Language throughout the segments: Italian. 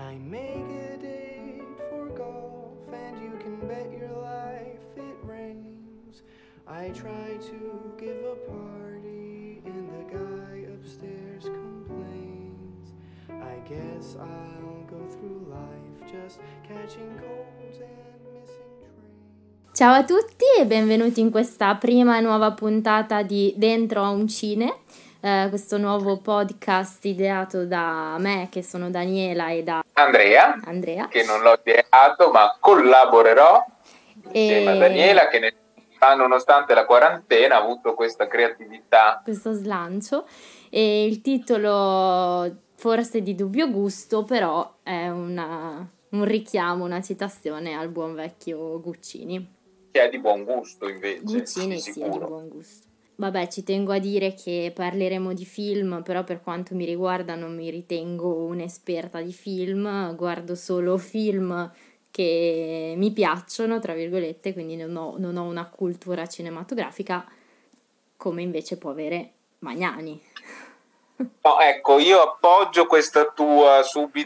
I make a date for golf and you can bet your life it rains. I try to give a party and the guy upstairs complains. I guess I'll go through life just catching colds and missing trains. Ciao a tutti e benvenuti in questa prima nuova puntata di Dentro a un Cine, questo nuovo podcast ideato da me, che sono Daniela, e da Andrea, che non l'ho ideato ma collaborerò insieme a Daniela, che nonostante la quarantena ha avuto questa creatività, questo slancio, e il titolo forse di dubbio gusto, però è un richiamo, una citazione al buon vecchio Guccini. Che è di buon gusto invece. Guccini sì, è di buon gusto. Vabbè, ci tengo a dire che parleremo di film, però per quanto mi riguarda non mi ritengo un'esperta di film, guardo solo film che mi piacciono, tra virgolette, quindi non ho una cultura cinematografica come invece può avere Magnani. No, ecco, io appoggio questo tuo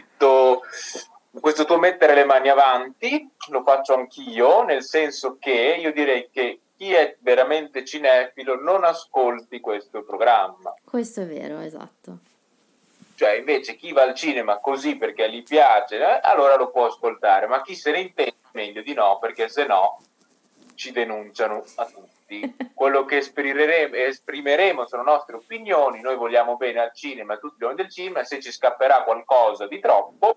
mettere le mani avanti, lo faccio anch'io, nel senso che io direi che chi è veramente cinefilo non ascolti questo programma. Questo è vero, esatto. Cioè, invece, chi va al cinema così perché gli piace, allora lo può ascoltare, ma chi se ne intende meglio di no, perché se no ci denunciano a tutti. Quello che esprimeremo sono nostre opinioni, noi vogliamo bene al cinema, tutti vogliono del cinema, se ci scapperà qualcosa di troppo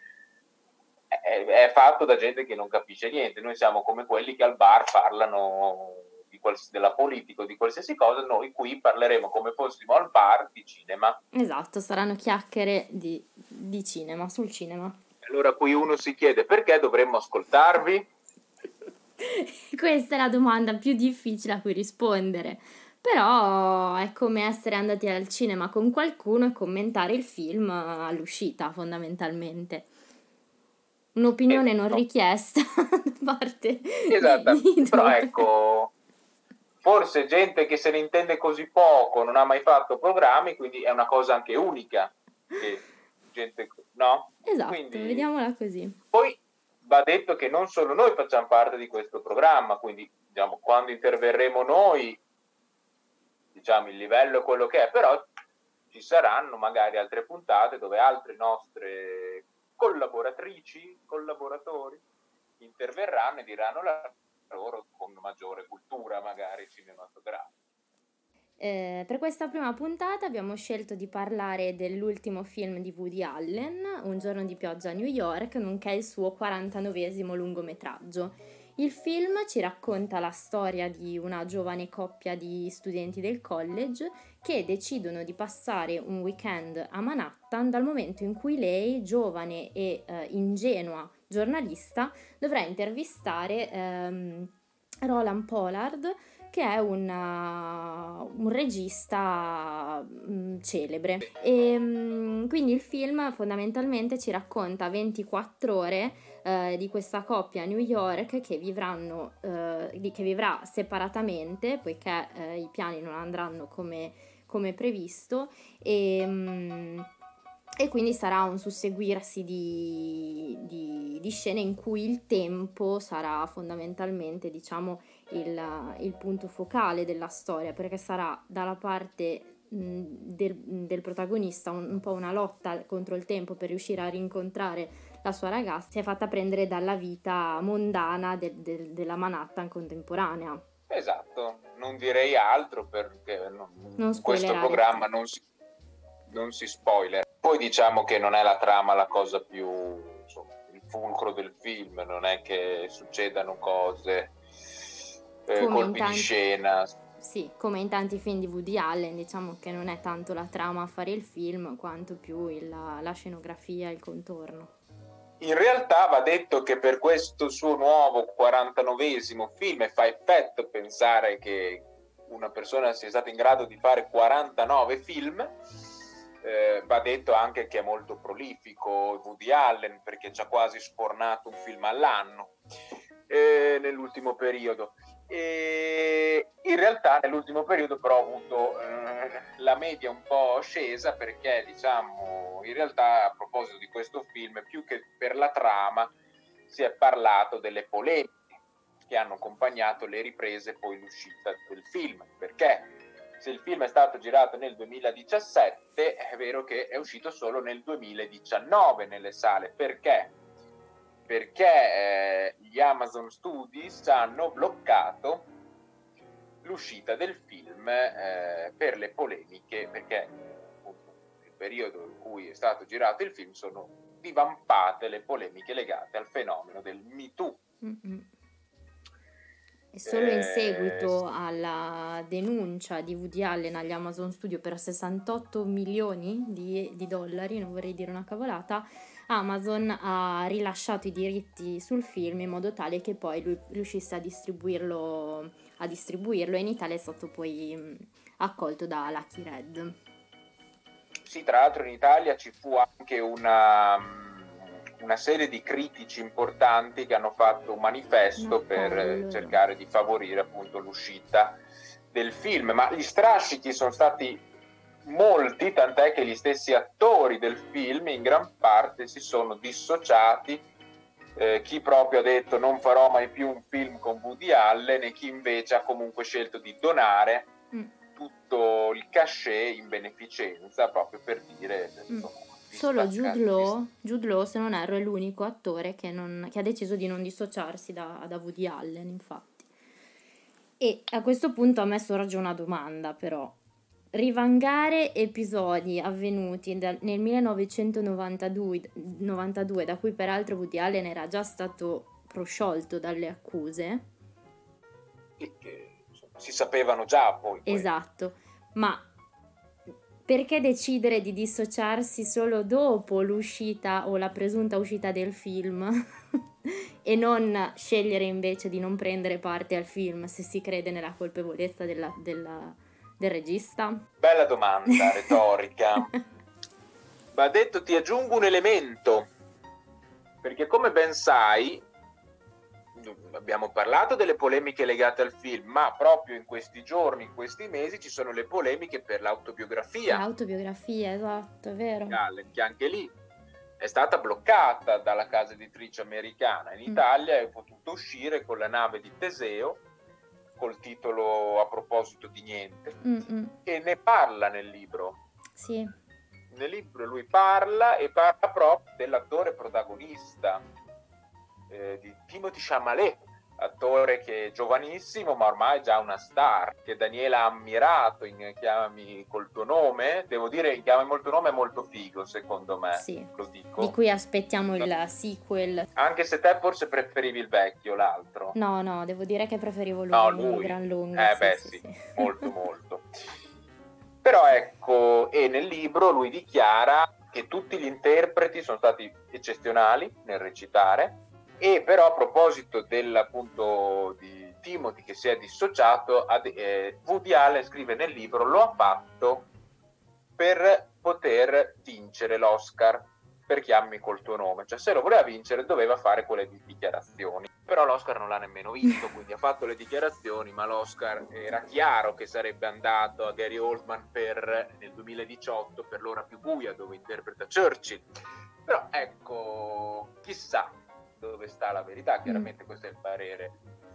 è fatto da gente che non capisce niente. Noi siamo come quelli che al bar parlano della politica o di qualsiasi cosa, noi qui parleremo come fossimo al bar di cinema. Esatto, saranno chiacchiere di cinema, sul cinema. Allora qui uno si chiede perché dovremmo ascoltarvi? Questa è la domanda più difficile a cui rispondere, però è come essere andati al cinema con qualcuno e commentare il film all'uscita, fondamentalmente. Un'opinione non richiesta da parte di però ecco, forse gente che se ne intende così poco non ha mai fatto programmi, quindi è una cosa anche unica, che gente, no? Esatto, quindi, vediamola così. Poi va detto che non solo noi facciamo parte di questo programma, quindi diciamo, quando interverremo noi, diciamo, il livello è quello che è, però ci saranno magari altre puntate dove altre nostre collaboratori interverranno e diranno la loro con maggiore cultura magari cinematografica. Per questa prima puntata abbiamo scelto di parlare dell'ultimo film di Woody Allen, Un giorno di pioggia a New York, nonché il suo 49esimo lungometraggio. Il film ci racconta la storia di una giovane coppia di studenti del college che decidono di passare un weekend a Manhattan dal momento in cui lei, giovane e ingenua giornalista, dovrà intervistare Roland Pollard, che è un regista celebre. E quindi il film fondamentalmente ci racconta 24 ore di questa coppia a New York che vivrà separatamente, poiché i piani non andranno come previsto, e quindi sarà un susseguirsi di scene in cui il tempo sarà fondamentalmente, diciamo, il punto focale della storia, perché sarà dalla parte del protagonista un po' una lotta contro il tempo per riuscire a rincontrare la sua ragazza. Si è fatta prendere dalla vita mondana della Manhattan contemporanea. Esatto, non direi altro perché questo programma non si spoiler. Poi diciamo che non è la trama la cosa più, insomma, il fulcro del film, non è che succedano cose, colpi di scena. Sì, come in tanti film di Woody Allen, diciamo che non è tanto la trama a fare il film quanto più la scenografia, il contorno. In realtà va detto che per questo suo nuovo 49esimo film fa effetto pensare che una persona sia stata in grado di fare 49 film. Va detto anche che è molto prolifico Woody Allen, perché ci ha quasi sfornato un film all'anno nell'ultimo periodo. In realtà nell'ultimo periodo però ho avuto la media un po' scesa, perché diciamo in realtà a proposito di questo film, più che per la trama, si è parlato delle polemiche che hanno accompagnato le riprese e poi l'uscita del film, perché se il film è stato girato nel 2017 è vero che è uscito solo nel 2019 nelle sale. Perché? Perché gli Amazon Studios hanno bloccato l'uscita del film per le polemiche, perché appunto nel periodo in cui è stato girato il film sono divampate le polemiche legate al fenomeno del Me Too. Mm-mm. E solo in seguito alla denuncia di Woody Allen agli Amazon Studio per 68 milioni di dollari, non vorrei dire una cavolata, Amazon ha rilasciato i diritti sul film in modo tale che poi lui riuscisse a distribuirlo e in Italia è stato poi accolto da Lucky Red. Sì, tra l'altro in Italia ci fu anche una serie di critici importanti che hanno fatto un manifesto per cercare di favorire appunto l'uscita del film, ma gli strascichi sono stati molti, tant'è che gli stessi attori del film in gran parte si sono dissociati, chi proprio ha detto non farò mai più un film con Woody Allen, e chi invece ha comunque scelto di donare tutto il cachet in beneficenza, proprio per dire solo Jude Law, se non erro, è l'unico attore che ha deciso di non dissociarsi da Woody Allen, infatti. E a questo punto a me sorge una domanda, però. Rivangare episodi avvenuti nel 1992, da cui peraltro Woody Allen era già stato prosciolto dalle accuse. Che si sapevano già poi. Esatto, ma perché decidere di dissociarsi solo dopo l'uscita o la presunta uscita del film e non scegliere invece di non prendere parte al film se si crede nella colpevolezza del regista? Bella domanda, retorica. Ma detto, ti aggiungo un elemento, perché come ben sai, abbiamo parlato delle polemiche legate al film, ma proprio in questi giorni, in questi mesi, ci sono le polemiche per l'autobiografia. L'autobiografia, esatto, è vero. Che anche lì è stata bloccata dalla casa editrice americana. In Italia è potuto uscire con La nave di Teseo, col titolo A proposito di niente, e ne parla nel libro. Sì. Nel libro lui parla proprio dell'attore protagonista, di Timothée Chalamet, attore che è giovanissimo ma ormai già una star, che Daniela ha ammirato in Chiamami col tuo nome. Devo dire, in Chiamami col tuo nome è molto figo, secondo me. Sì. Lo dico. Di cui aspettiamo il sequel. Anche se te forse preferivi il vecchio, l'altro. No, devo dire che preferivo lui. No, lui. Gran lungo. Sì. Molto. Però ecco, e nel libro lui dichiara che tutti gli interpreti sono stati eccezionali nel recitare, e però a proposito appunto di Timothy che si è dissociato, Woody Allen scrive nel libro lo ha fatto per poter vincere l'Oscar per Chiamami col tuo nome, cioè se lo voleva vincere doveva fare quelle dichiarazioni, però l'Oscar non l'ha nemmeno visto, quindi ha fatto le dichiarazioni, ma l'Oscar era chiaro che sarebbe andato a Gary Oldman nel 2018 per L'ora più buia, dove interpreta Churchill. Però ecco, chissà dove sta la verità. Chiaramente questo è il parere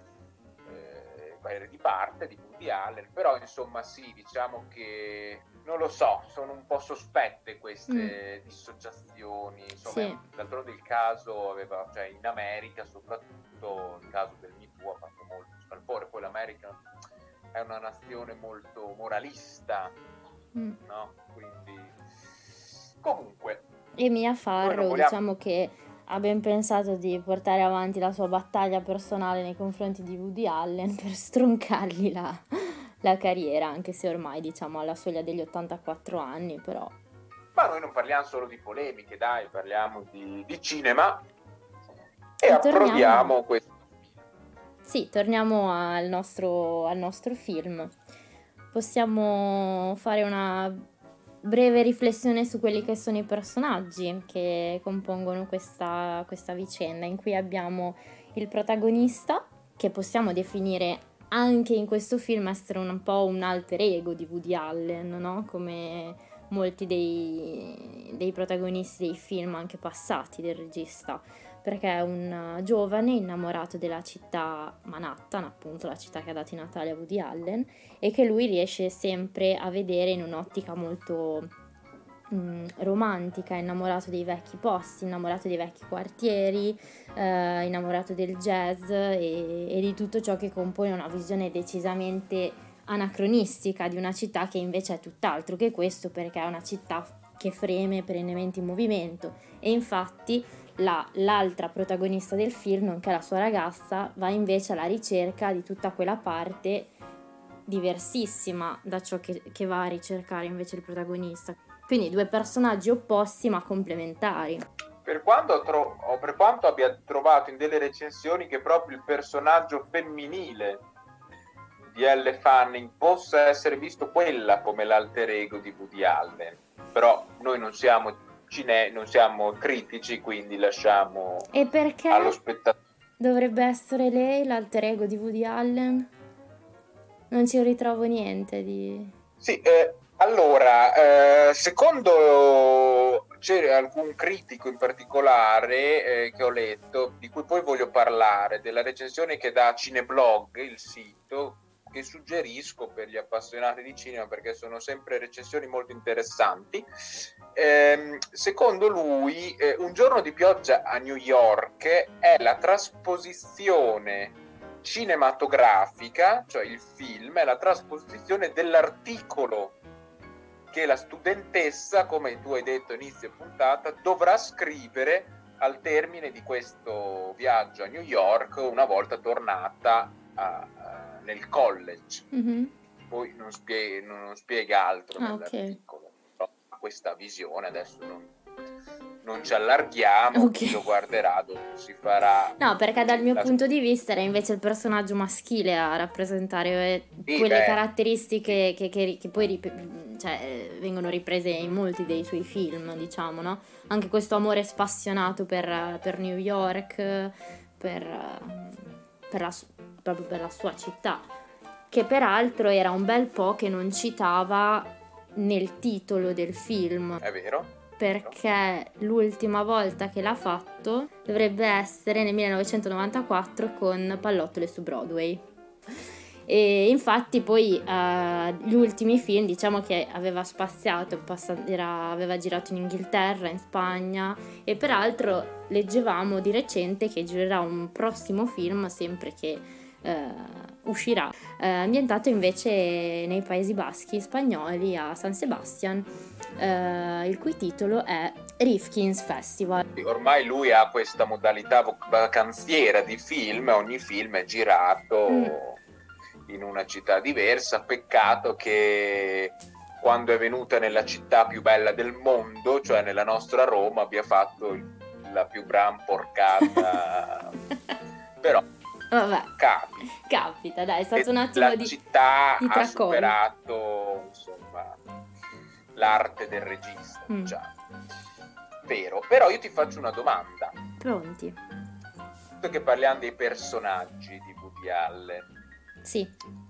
di parte di Woody Allen, però insomma sì, diciamo che non lo so, sono un po' sospette queste dissociazioni, insomma. Sì. D'altronde il caso cioè in America soprattutto il caso del Me Too ha fatto molto scalpore, poi l'America è una nazione molto moralista, no? Quindi comunque. E Mia Farrow, diciamo che ha ben pensato di portare avanti la sua battaglia personale nei confronti di Woody Allen per stroncargli la carriera, anche se ormai diciamo alla soglia degli 84 anni, però. Ma noi non parliamo solo di polemiche, dai, parliamo di cinema e approdiamo questo. Sì, torniamo al nostro film. Possiamo fare una breve riflessione su quelli che sono i personaggi che compongono questa vicenda, in cui abbiamo il protagonista, che possiamo definire anche in questo film essere un po' un alter ego di Woody Allen, no? Come molti dei protagonisti dei film anche passati del regista, perché è un giovane innamorato della città Manhattan, appunto la città che ha dato i natali a Woody Allen, e che lui riesce sempre a vedere in un'ottica molto romantica, innamorato dei vecchi posti, innamorato dei vecchi quartieri, innamorato del jazz e di tutto ciò che compone una visione decisamente anacronistica di una città che invece è tutt'altro che questo, perché è una città che freme perennemente in movimento. E infatti l'altra protagonista del film, nonché la sua ragazza, va invece alla ricerca di tutta quella parte diversissima da ciò che va a ricercare invece il protagonista. Quindi due personaggi opposti ma complementari. Per quanto abbia trovato in delle recensioni che proprio il personaggio femminile di Elle Fanning possa essere visto quella come l'alter ego di Woody Allen, però noi non siamo critici, quindi lasciamo E perché allo spettatore. dovrebbe essere lei l'alter ego di Woody Allen? Non ci ritrovo niente di... Sì, allora, secondo c'è alcun critico in particolare che ho letto, di cui poi voglio parlare, della recensione che dà Cineblog, il sito, che suggerisco per gli appassionati di cinema perché sono sempre recensioni molto interessanti. Secondo lui, Un giorno di pioggia a New York è la trasposizione cinematografica, cioè il film è la trasposizione dell'articolo che la studentessa, come tu hai detto inizio puntata, dovrà scrivere al termine di questo viaggio a New York una volta tornata nel college. Mm-hmm. Poi non spiega altro nell'articolo. Okay. Questa visione adesso non ci allarghiamo, Okay. chi lo guarderà dopo si farà. No, perché dal mio punto di vista era invece il personaggio maschile a rappresentare quelle caratteristiche che poi vengono riprese in molti dei suoi film, diciamo, no? Anche questo amore spassionato per New York, proprio per la sua città, che peraltro era un bel po' che non citava nel titolo del film. È vero? Perché l'ultima volta che l'ha fatto dovrebbe essere nel 1994 con Pallottole su Broadway. E infatti poi gli ultimi film, diciamo che aveva spaziato, aveva girato in Inghilterra, in Spagna, e peraltro leggevamo di recente che girerà un prossimo film, sempre che uscirà, ambientato invece nei Paesi Baschi spagnoli, a San Sebastian, il cui titolo è Rifkin's Festival. Ormai lui ha questa modalità vacanziera di film, ogni film è girato in una città diversa. Peccato che quando è venuta nella città più bella del mondo, cioè nella nostra Roma, abbia fatto la più gran porcata. Però vabbè, capita, dai, è stato un attimo la città di ha superato, insomma, l'arte del regista, diciamo. Vero, però io ti faccio una domanda. Pronti? Visto che parliamo dei personaggi di Woody Allen, sì,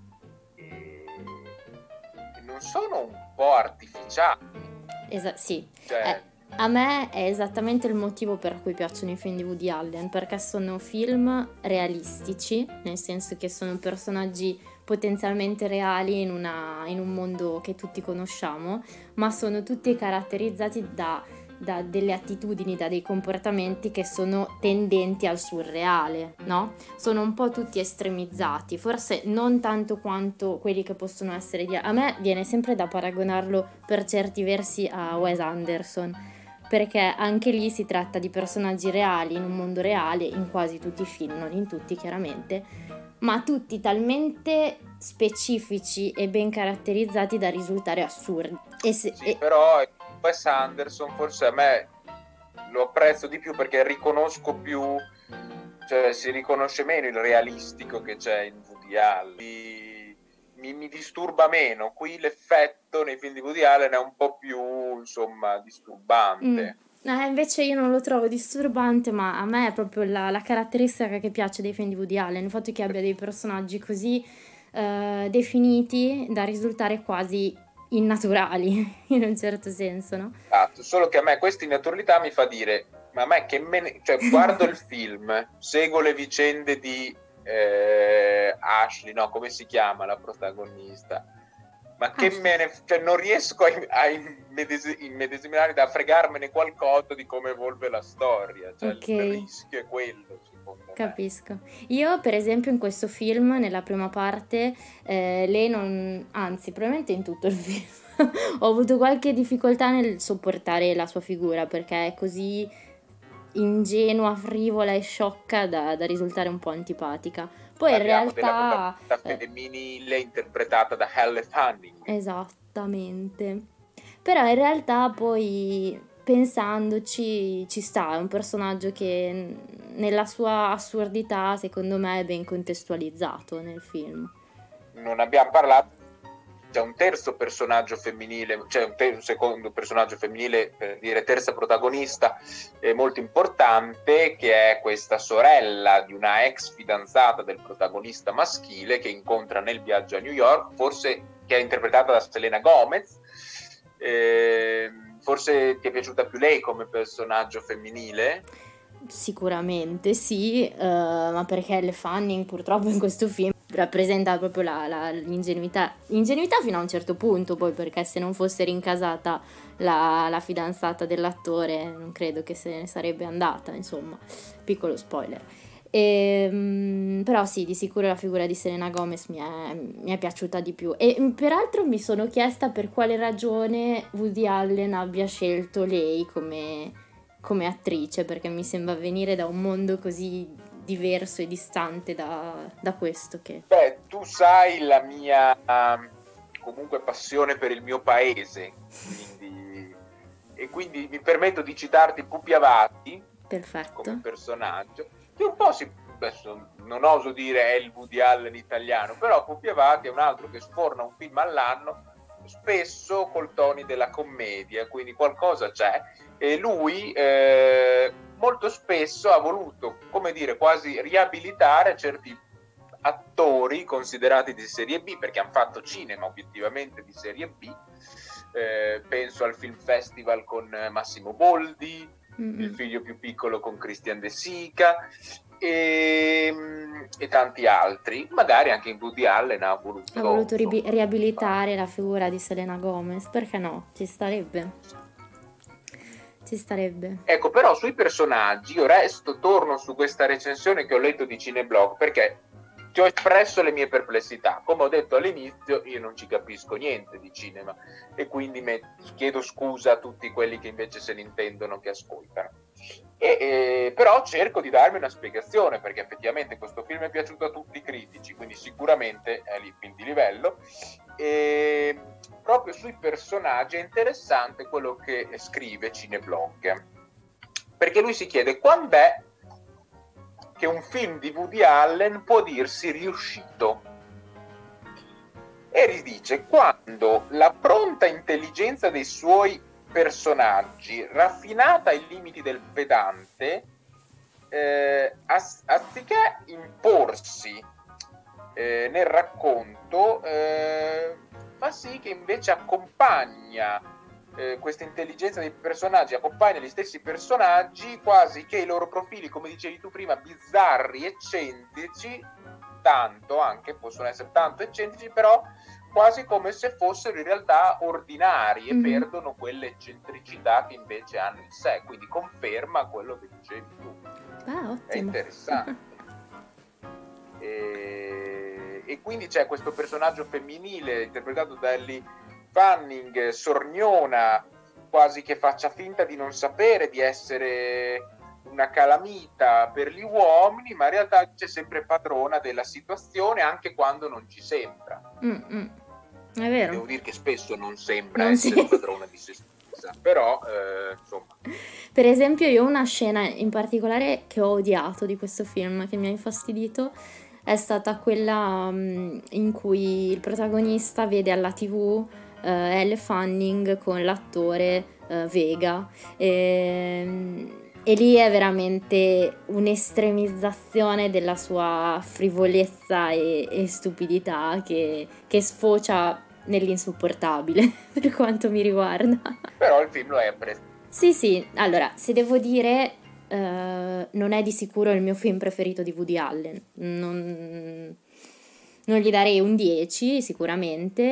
non sono un po' artificiali? Sì. Cioè, a me è esattamente il motivo per cui piacciono i film di Woody Allen, perché sono film realistici, nel senso che sono personaggi potenzialmente reali in un mondo che tutti conosciamo, ma sono tutti caratterizzati da delle attitudini, da dei comportamenti che sono tendenti al surreale, no? Sono un po' tutti estremizzati, forse non tanto quanto quelli che possono essere a me viene sempre da paragonarlo per certi versi a Wes Anderson, perché anche lì si tratta di personaggi reali in un mondo reale, in quasi tutti i film, non in tutti chiaramente, ma tutti talmente specifici e ben caratterizzati da risultare assurdi. Però Wes Anderson forse a me lo apprezzo di più perché riconosco più, cioè si riconosce meno il realistico che c'è in Woody Allen. Mi disturba meno. Qui l'effetto nei film di Woody Allen è un po' più, insomma, disturbante. Invece io non lo trovo disturbante, ma a me è proprio la caratteristica che piace dei film di Woody Allen, il fatto che abbia dei personaggi così definiti da risultare quasi innaturali, in un certo senso, no? Esatto, solo che a me questa innaturalità mi fa dire, ma a me che me ne... cioè guardo il film, seguo le vicende di Ashley, no, come si chiama la protagonista? Ma che me ne... cioè non riesco a immedesimare, da fregarmene qualcosa di come evolve la storia, cioè Okay. il rischio è quello, secondo me. Capisco. Io, per esempio, in questo film, nella prima parte, lei non... anzi, probabilmente in tutto il film, ho avuto qualche difficoltà nel sopportare la sua figura, perché è così ingenua, frivola e sciocca da risultare un po' antipatica. Poi in Parliamo della realtà... protagonista femminile interpretata da Elle Fanning. Esattamente. Però in realtà poi, pensandoci, ci sta, è un personaggio che nella sua assurdità, secondo me, è ben contestualizzato nel film. Non abbiamo parlato, c'è un terzo personaggio femminile, c'è un secondo personaggio femminile, per dire terza protagonista, molto importante, che è questa sorella di una ex fidanzata del protagonista maschile che incontra nel viaggio a New York, forse che è interpretata da Selena Gomez. Forse ti è piaciuta più lei come personaggio femminile? Sicuramente sì, ma perché Elle Fanning purtroppo in questo film rappresenta proprio l'ingenuità fino a un certo punto, poi, perché se non fosse rincasata la fidanzata dell'attore non credo che se ne sarebbe andata, insomma, piccolo spoiler. Però sì, di sicuro la figura di Selena Gomez mi è piaciuta di più, e peraltro mi sono chiesta per quale ragione Woody Allen abbia scelto lei come attrice, perché mi sembra venire da un mondo così diverso e distante da questo che... Beh, tu sai la mia comunque passione per il mio paese, e quindi mi permetto di citarti Pupi Avati. Perfetto. Come personaggio, che un po' adesso non oso dire è il Woody Allen italiano, però Pupi Avati è un altro che sforna un film all'anno, spesso col toni della commedia, quindi qualcosa c'è, e lui molto spesso ha voluto, come dire, quasi riabilitare certi attori considerati di serie B, perché hanno fatto cinema obiettivamente di serie B. Penso al Film Festival con Massimo Boldi, Il figlio più piccolo con Christian De Sica e tanti altri. Magari anche in Woody Allen ha voluto riabilitare la figura di Selena Gomez, perché no? Ci starebbe. Ecco, però sui personaggi io torno su questa recensione che ho letto di Cineblog, perché ti ho espresso le mie perplessità. Come ho detto all'inizio, io non ci capisco niente di cinema e quindi chiedo scusa a tutti quelli che invece se ne intendono, che ascoltano. Però cerco di darmi una spiegazione, perché effettivamente questo film è piaciuto a tutti i critici, quindi sicuramente è lì fin di livello. E proprio sui personaggi è interessante quello che scrive Cineblog, perché lui si chiede quando è che un film di Woody Allen può dirsi riuscito, e ridice quando la pronta intelligenza dei suoi personaggi, raffinata ai limiti del pedante, anziché imporsi nel racconto, fa sì che invece accompagna questa intelligenza dei personaggi, accompagna gli stessi personaggi, quasi che i loro profili, come dicevi tu prima, bizzarri, eccentrici, tanto anche possono essere tanto eccentrici, però quasi come se fossero in realtà ordinari e perdono quelle eccentricità che invece hanno in sé, quindi conferma quello che dicevi tu. Ottimo. È interessante. E quindi c'è questo personaggio femminile interpretato da Elle Fanning, sorniona, quasi che faccia finta di non sapere di essere una calamita per gli uomini, ma in realtà c'è sempre padrona della situazione anche quando non ci sembra. È vero. Devo dire che spesso non sembra essere padrona di se stessa, però insomma. Per esempio, io ho una scena in particolare che ho odiato di questo film, che mi ha infastidito, è stata quella in cui il protagonista vede alla TV Elle Fanning con l'attore Vega, E lì è veramente un'estremizzazione della sua frivolezza e stupidità che sfocia nell'insopportabile per quanto mi riguarda. Però il film lo hai apprezzato. Sì, allora, se devo dire, non è di sicuro il mio film preferito di Woody Allen. Non gli darei un 10 sicuramente,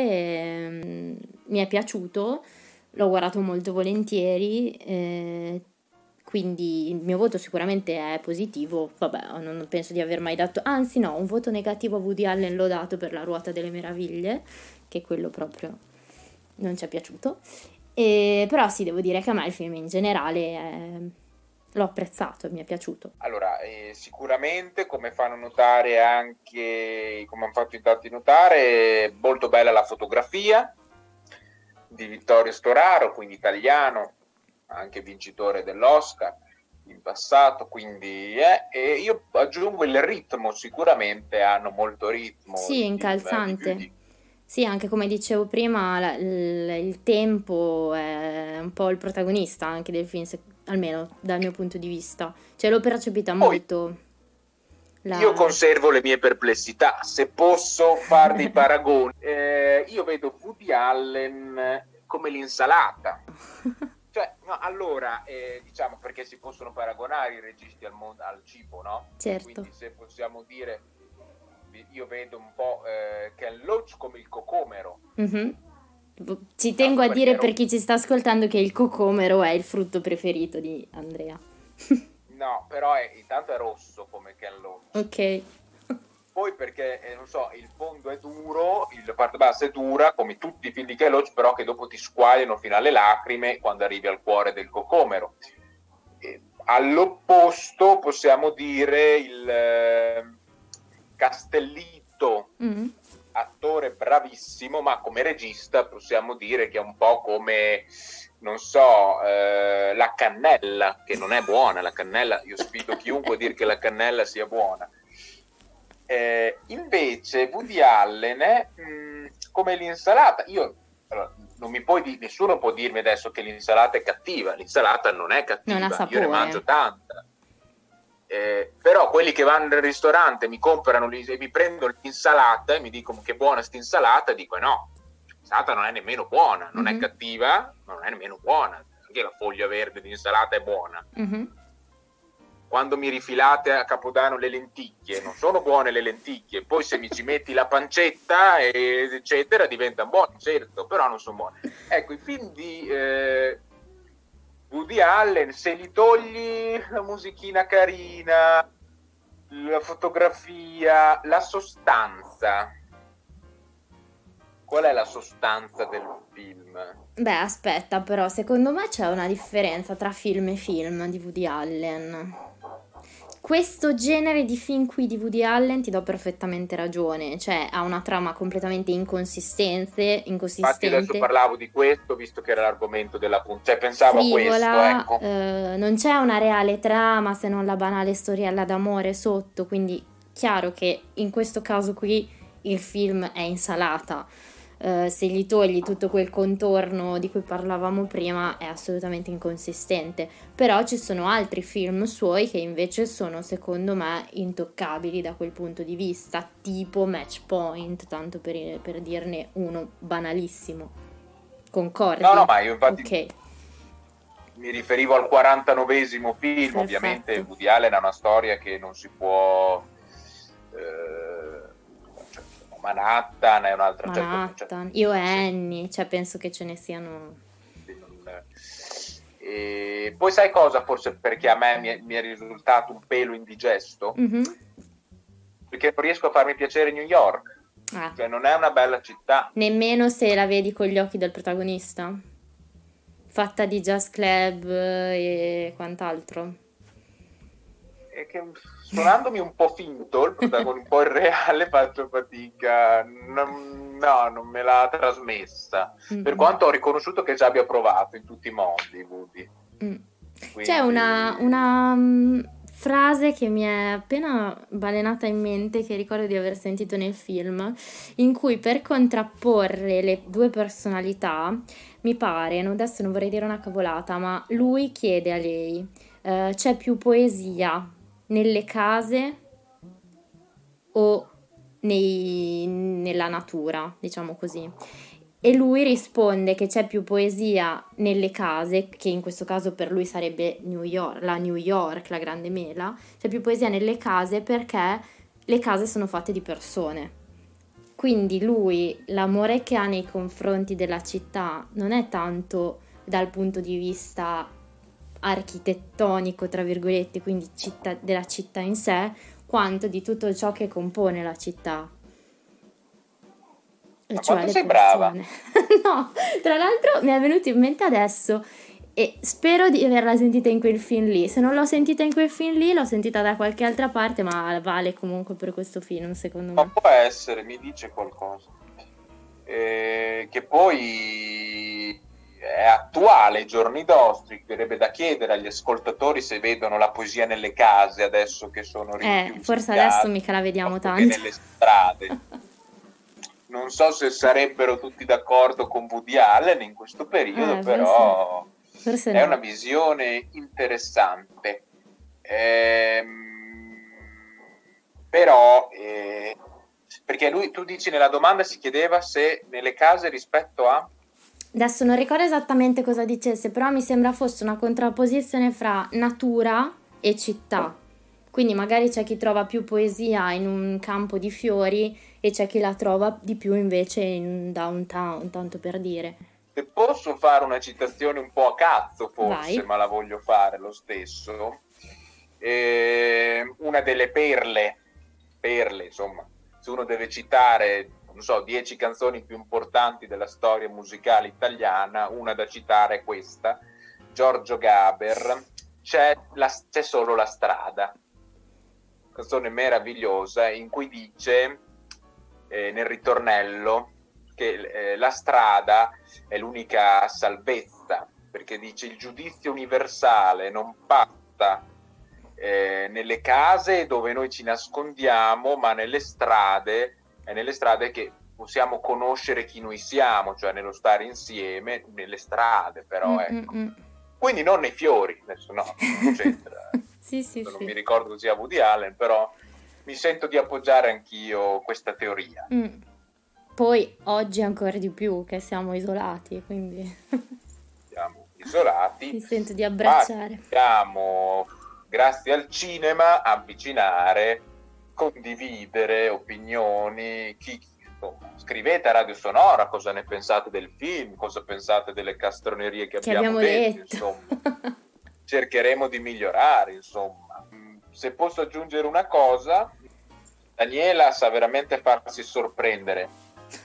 mi è piaciuto, l'ho guardato molto volentieri, quindi il mio voto sicuramente è positivo. Vabbè, non penso di aver mai dato, anzi no, un voto negativo a Woody Allen l'ho dato per La ruota delle meraviglie, che quello proprio non ci è piaciuto. Però sì, devo dire che a me il film in generale l'ho apprezzato, mi è piaciuto. Allora, sicuramente, come fanno notare anche, come hanno fatto in tanti notare, molto bella la fotografia di Vittorio Storaro, quindi italiano, anche vincitore dell'Oscar in passato, quindi e io aggiungo il ritmo, sicuramente hanno molto ritmo. Sì, incalzante. Sì, anche come dicevo prima, il tempo è un po' il protagonista anche del film, almeno dal mio punto di vista. Cioè l'ho percepita molto. Io conservo le mie perplessità, se posso fare dei paragoni. Io vedo Woody Allen come l'insalata. Cioè, no, allora, diciamo, perché si possono paragonare i registi al cibo, no? Certo. Quindi se possiamo dire, io vedo un po' Ken Loach come il cocomero. Mm-hmm. Ci tengo a dire per chi ci sta ascoltando che il cocomero è il frutto preferito di Andrea. No, però intanto è rosso come Ken Loach. Ok. Poi perché, non so, il fondo è duro, la parte bassa è dura, come tutti i film di Ken Loach, però che dopo ti squagliano fino alle lacrime quando arrivi al cuore del cocomero. All'opposto possiamo dire il Castellitto, attore bravissimo, ma come regista possiamo dire che è un po' come, non so, la cannella, che non è buona, la cannella, io sfido chiunque a dire che la cannella sia buona. Invece Woody Allen è come l'insalata. Allora, non mi puoi nessuno può dirmi adesso che l'insalata è cattiva. L'insalata non è cattiva, non ha sapore. Io ne mangio tanta. Però quelli che vanno al ristorante mi comprano e mi prendono l'insalata e mi dicono che buona sta insalata, dico no, l'insalata non è nemmeno buona, non è cattiva, ma non è nemmeno buona. Anche la foglia verde di insalata è buona. Quando mi rifilate a Capodanno le lenticchie, non sono buone le lenticchie, poi se mi ci metti la pancetta eccetera diventano buone, certo, però non sono buone. Ecco, i film di Woody Allen, se gli togli la musichina carina, la fotografia, la sostanza, qual è la sostanza del film? Beh, aspetta, però secondo me c'è una differenza tra film e film di Woody Allen. Questo genere di film qui di Woody Allen ti do perfettamente ragione, cioè ha una trama completamente inconsistente. Infatti adesso parlavo di questo, visto che era l'argomento della puntata, cioè pensavo frivola, a questo, ecco. Non c'è una reale trama se non la banale storiella d'amore sotto, quindi chiaro che in questo caso qui il film è insalata. Se gli togli tutto quel contorno di cui parlavamo prima è assolutamente inconsistente, però ci sono altri film suoi che invece sono secondo me intoccabili da quel punto di vista, tipo Match Point, tanto per dirne uno banalissimo. Concordi? No, ma io infatti okay. Mi riferivo al 49esimo film. Perfetto. Ovviamente Woody Allen ha una storia che non si può Manhattan è un'altra. Manhattan, io e Annie, cioè penso che ce ne siano. E poi sai cosa? Forse perché a me mi è risultato un pelo indigesto, perché non riesco a farmi piacere New York. Cioè non è una bella città. Nemmeno se la vedi con gli occhi del protagonista, fatta di jazz club e quant'altro. È che suonandomi un po' finto, il protagonista un po' irreale, faccio fatica. Non me l'ha trasmessa. Per quanto ho riconosciuto che già abbia provato in tutti i modi, Woody. Quindi... C'è una frase che mi è appena balenata in mente, che ricordo di aver sentito nel film, in cui per contrapporre le due personalità, mi pare, adesso non vorrei dire una cavolata, ma lui chiede a lei: c'è più poesia nelle case o nella natura, diciamo così. E lui risponde che c'è più poesia nelle case, che in questo caso per lui sarebbe New York, la grande mela, c'è più poesia nelle case perché le case sono fatte di persone. Quindi lui, l'amore che ha nei confronti della città non è tanto dal punto di vista architettonico, tra virgolette, quindi della città in sé, quanto di tutto ciò che compone la città. Ma Cioè quanto le sei persone. brava? No, tra l'altro mi è venuto in mente adesso e spero di averla sentita in quel film lì. Se non l'ho sentita in quel film lì, l'ho sentita da qualche altra parte, ma vale comunque per questo film, secondo Ma me. può essere, mi dice qualcosa. Che poi è attuale ai giorni nostri, verrebbe da chiedere agli ascoltatori se vedono la poesia nelle case adesso che sono rinchiusi Forse in adesso casa, mica la vediamo piuttosto che tanto. nelle strade. Non so se sarebbero tutti d'accordo con Woody Allen in questo periodo, però forse è no. una visione interessante. Però, perché lui, tu dici nella domanda, si chiedeva se nelle case rispetto a... Adesso non ricordo esattamente cosa dicesse, però mi sembra fosse una contrapposizione fra natura e città. Quindi magari c'è chi trova più poesia in un campo di fiori e c'è chi la trova di più invece in un downtown, tanto per dire. Se posso fare una citazione un po' a cazzo forse, Vai. ma la voglio fare lo stesso, una delle perle, insomma, se uno deve citare, non so, 10 canzoni più importanti della storia musicale italiana, una da citare è questa, Giorgio Gaber, c'è solo la strada, canzone meravigliosa in cui dice nel ritornello che la strada è l'unica salvezza, perché dice il giudizio universale non passa nelle case dove noi ci nascondiamo, ma nelle strade, è nelle strade che possiamo conoscere chi noi siamo, cioè nello stare insieme, nelle strade però, ecco. Quindi non nei fiori, adesso no, non c'entra. Sì. Non mi ricordo sia Woody Allen, però mi sento di appoggiare anch'io questa teoria. Poi oggi ancora di più che siamo isolati, quindi siamo isolati. Mi sento di abbracciare. Possiamo, grazie al cinema, avvicinare, condividere opinioni. Scrivete a Radio Sonora cosa ne pensate del film, cosa pensate delle castronerie che abbiamo detto. Insomma. Cercheremo di migliorare, insomma. Se posso aggiungere una cosa, Daniela sa veramente farsi sorprendere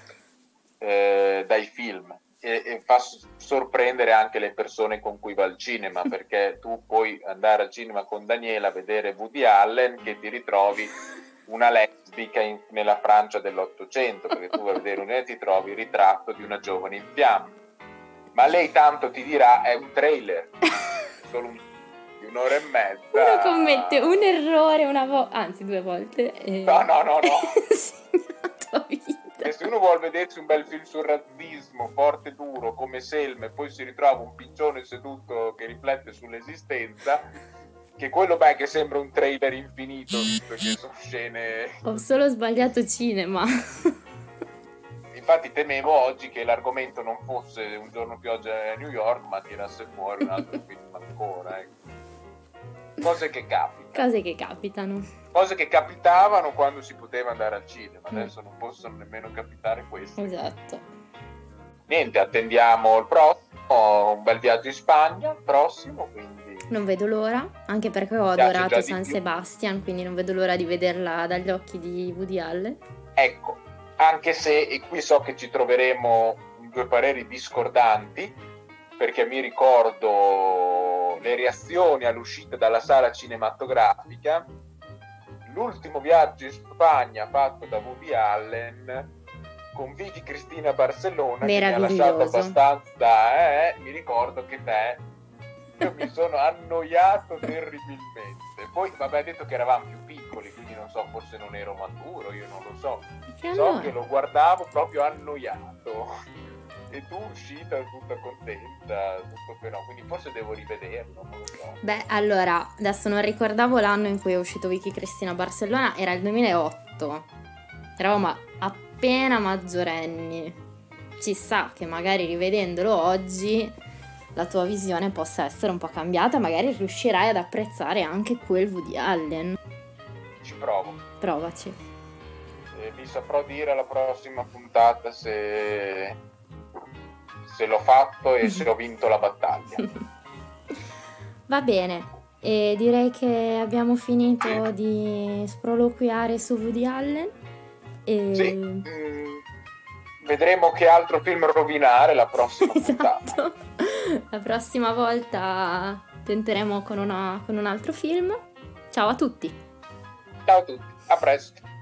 dai film e fa sorprendere anche le persone con cui va al cinema, perché tu puoi andare al cinema con Daniela a vedere Woody Allen che ti ritrovi una lesbica nella Francia dell'800, perché tu vai a vedere ti trovi il ritratto di una giovane in fiamme, ma lei tanto ti dirà è un trailer, solo di un'ora e mezza. Uno commette un errore una volta, anzi 2 volte. No. Segnato a vita. E se uno vuole vedersi un bel film sul razzismo forte e duro come Selma e poi si ritrova un piccione seduto che riflette sull'esistenza, che quello che sembra un trailer infinito, visto che sono scene... Ho solo sbagliato cinema. Infatti temevo oggi che l'argomento non fosse Un giorno pioggia a New York, ma tirasse fuori un altro film ancora, ecco. Cose che capitano. Cose che capitavano quando si poteva andare al cinema, adesso non possono nemmeno capitare questo. Esatto. Niente, attendiamo il prossimo, un bel viaggio in Spagna, prossimo, quindi... Non vedo l'ora, anche perché ho adorato San Sebastian, quindi non vedo l'ora di vederla dagli occhi di Woody Allen. Ecco, anche se, e qui so che ci troveremo in 2 pareri discordanti, perché mi ricordo le reazioni all'uscita dalla sala cinematografica, l'ultimo viaggio in Spagna fatto da Woody Allen con Vicky Cristina Barcellona, che mi ha lasciato abbastanza, mi ricordo che io mi sono annoiato terribilmente. Poi vabbè, ha detto che eravamo più piccoli, quindi non so, forse non ero maturo, io non lo so. So che lo guardavo proprio annoiato. E tu uscita tutta contenta, tutto però, quindi forse devo rivederlo, non lo so. Beh, allora, adesso non ricordavo l'anno in cui è uscito Vicky Cristina a Barcellona, era il 2008. Eravamo appena maggiorenni. Ci sta che magari rivedendolo oggi la tua visione possa essere un po' cambiata, magari riuscirai ad apprezzare anche quel Woody Allen. Ci provo. Provaci. Vi saprò dire alla prossima puntata se l'ho fatto e se ho vinto la battaglia. Va bene, e direi che abbiamo finito di sproloquiare su Woody Allen. Sì, vedremo che altro film rovinare la prossima puntata. Esatto. La prossima volta tenteremo con un altro film. Ciao a tutti. Ciao a tutti, a presto.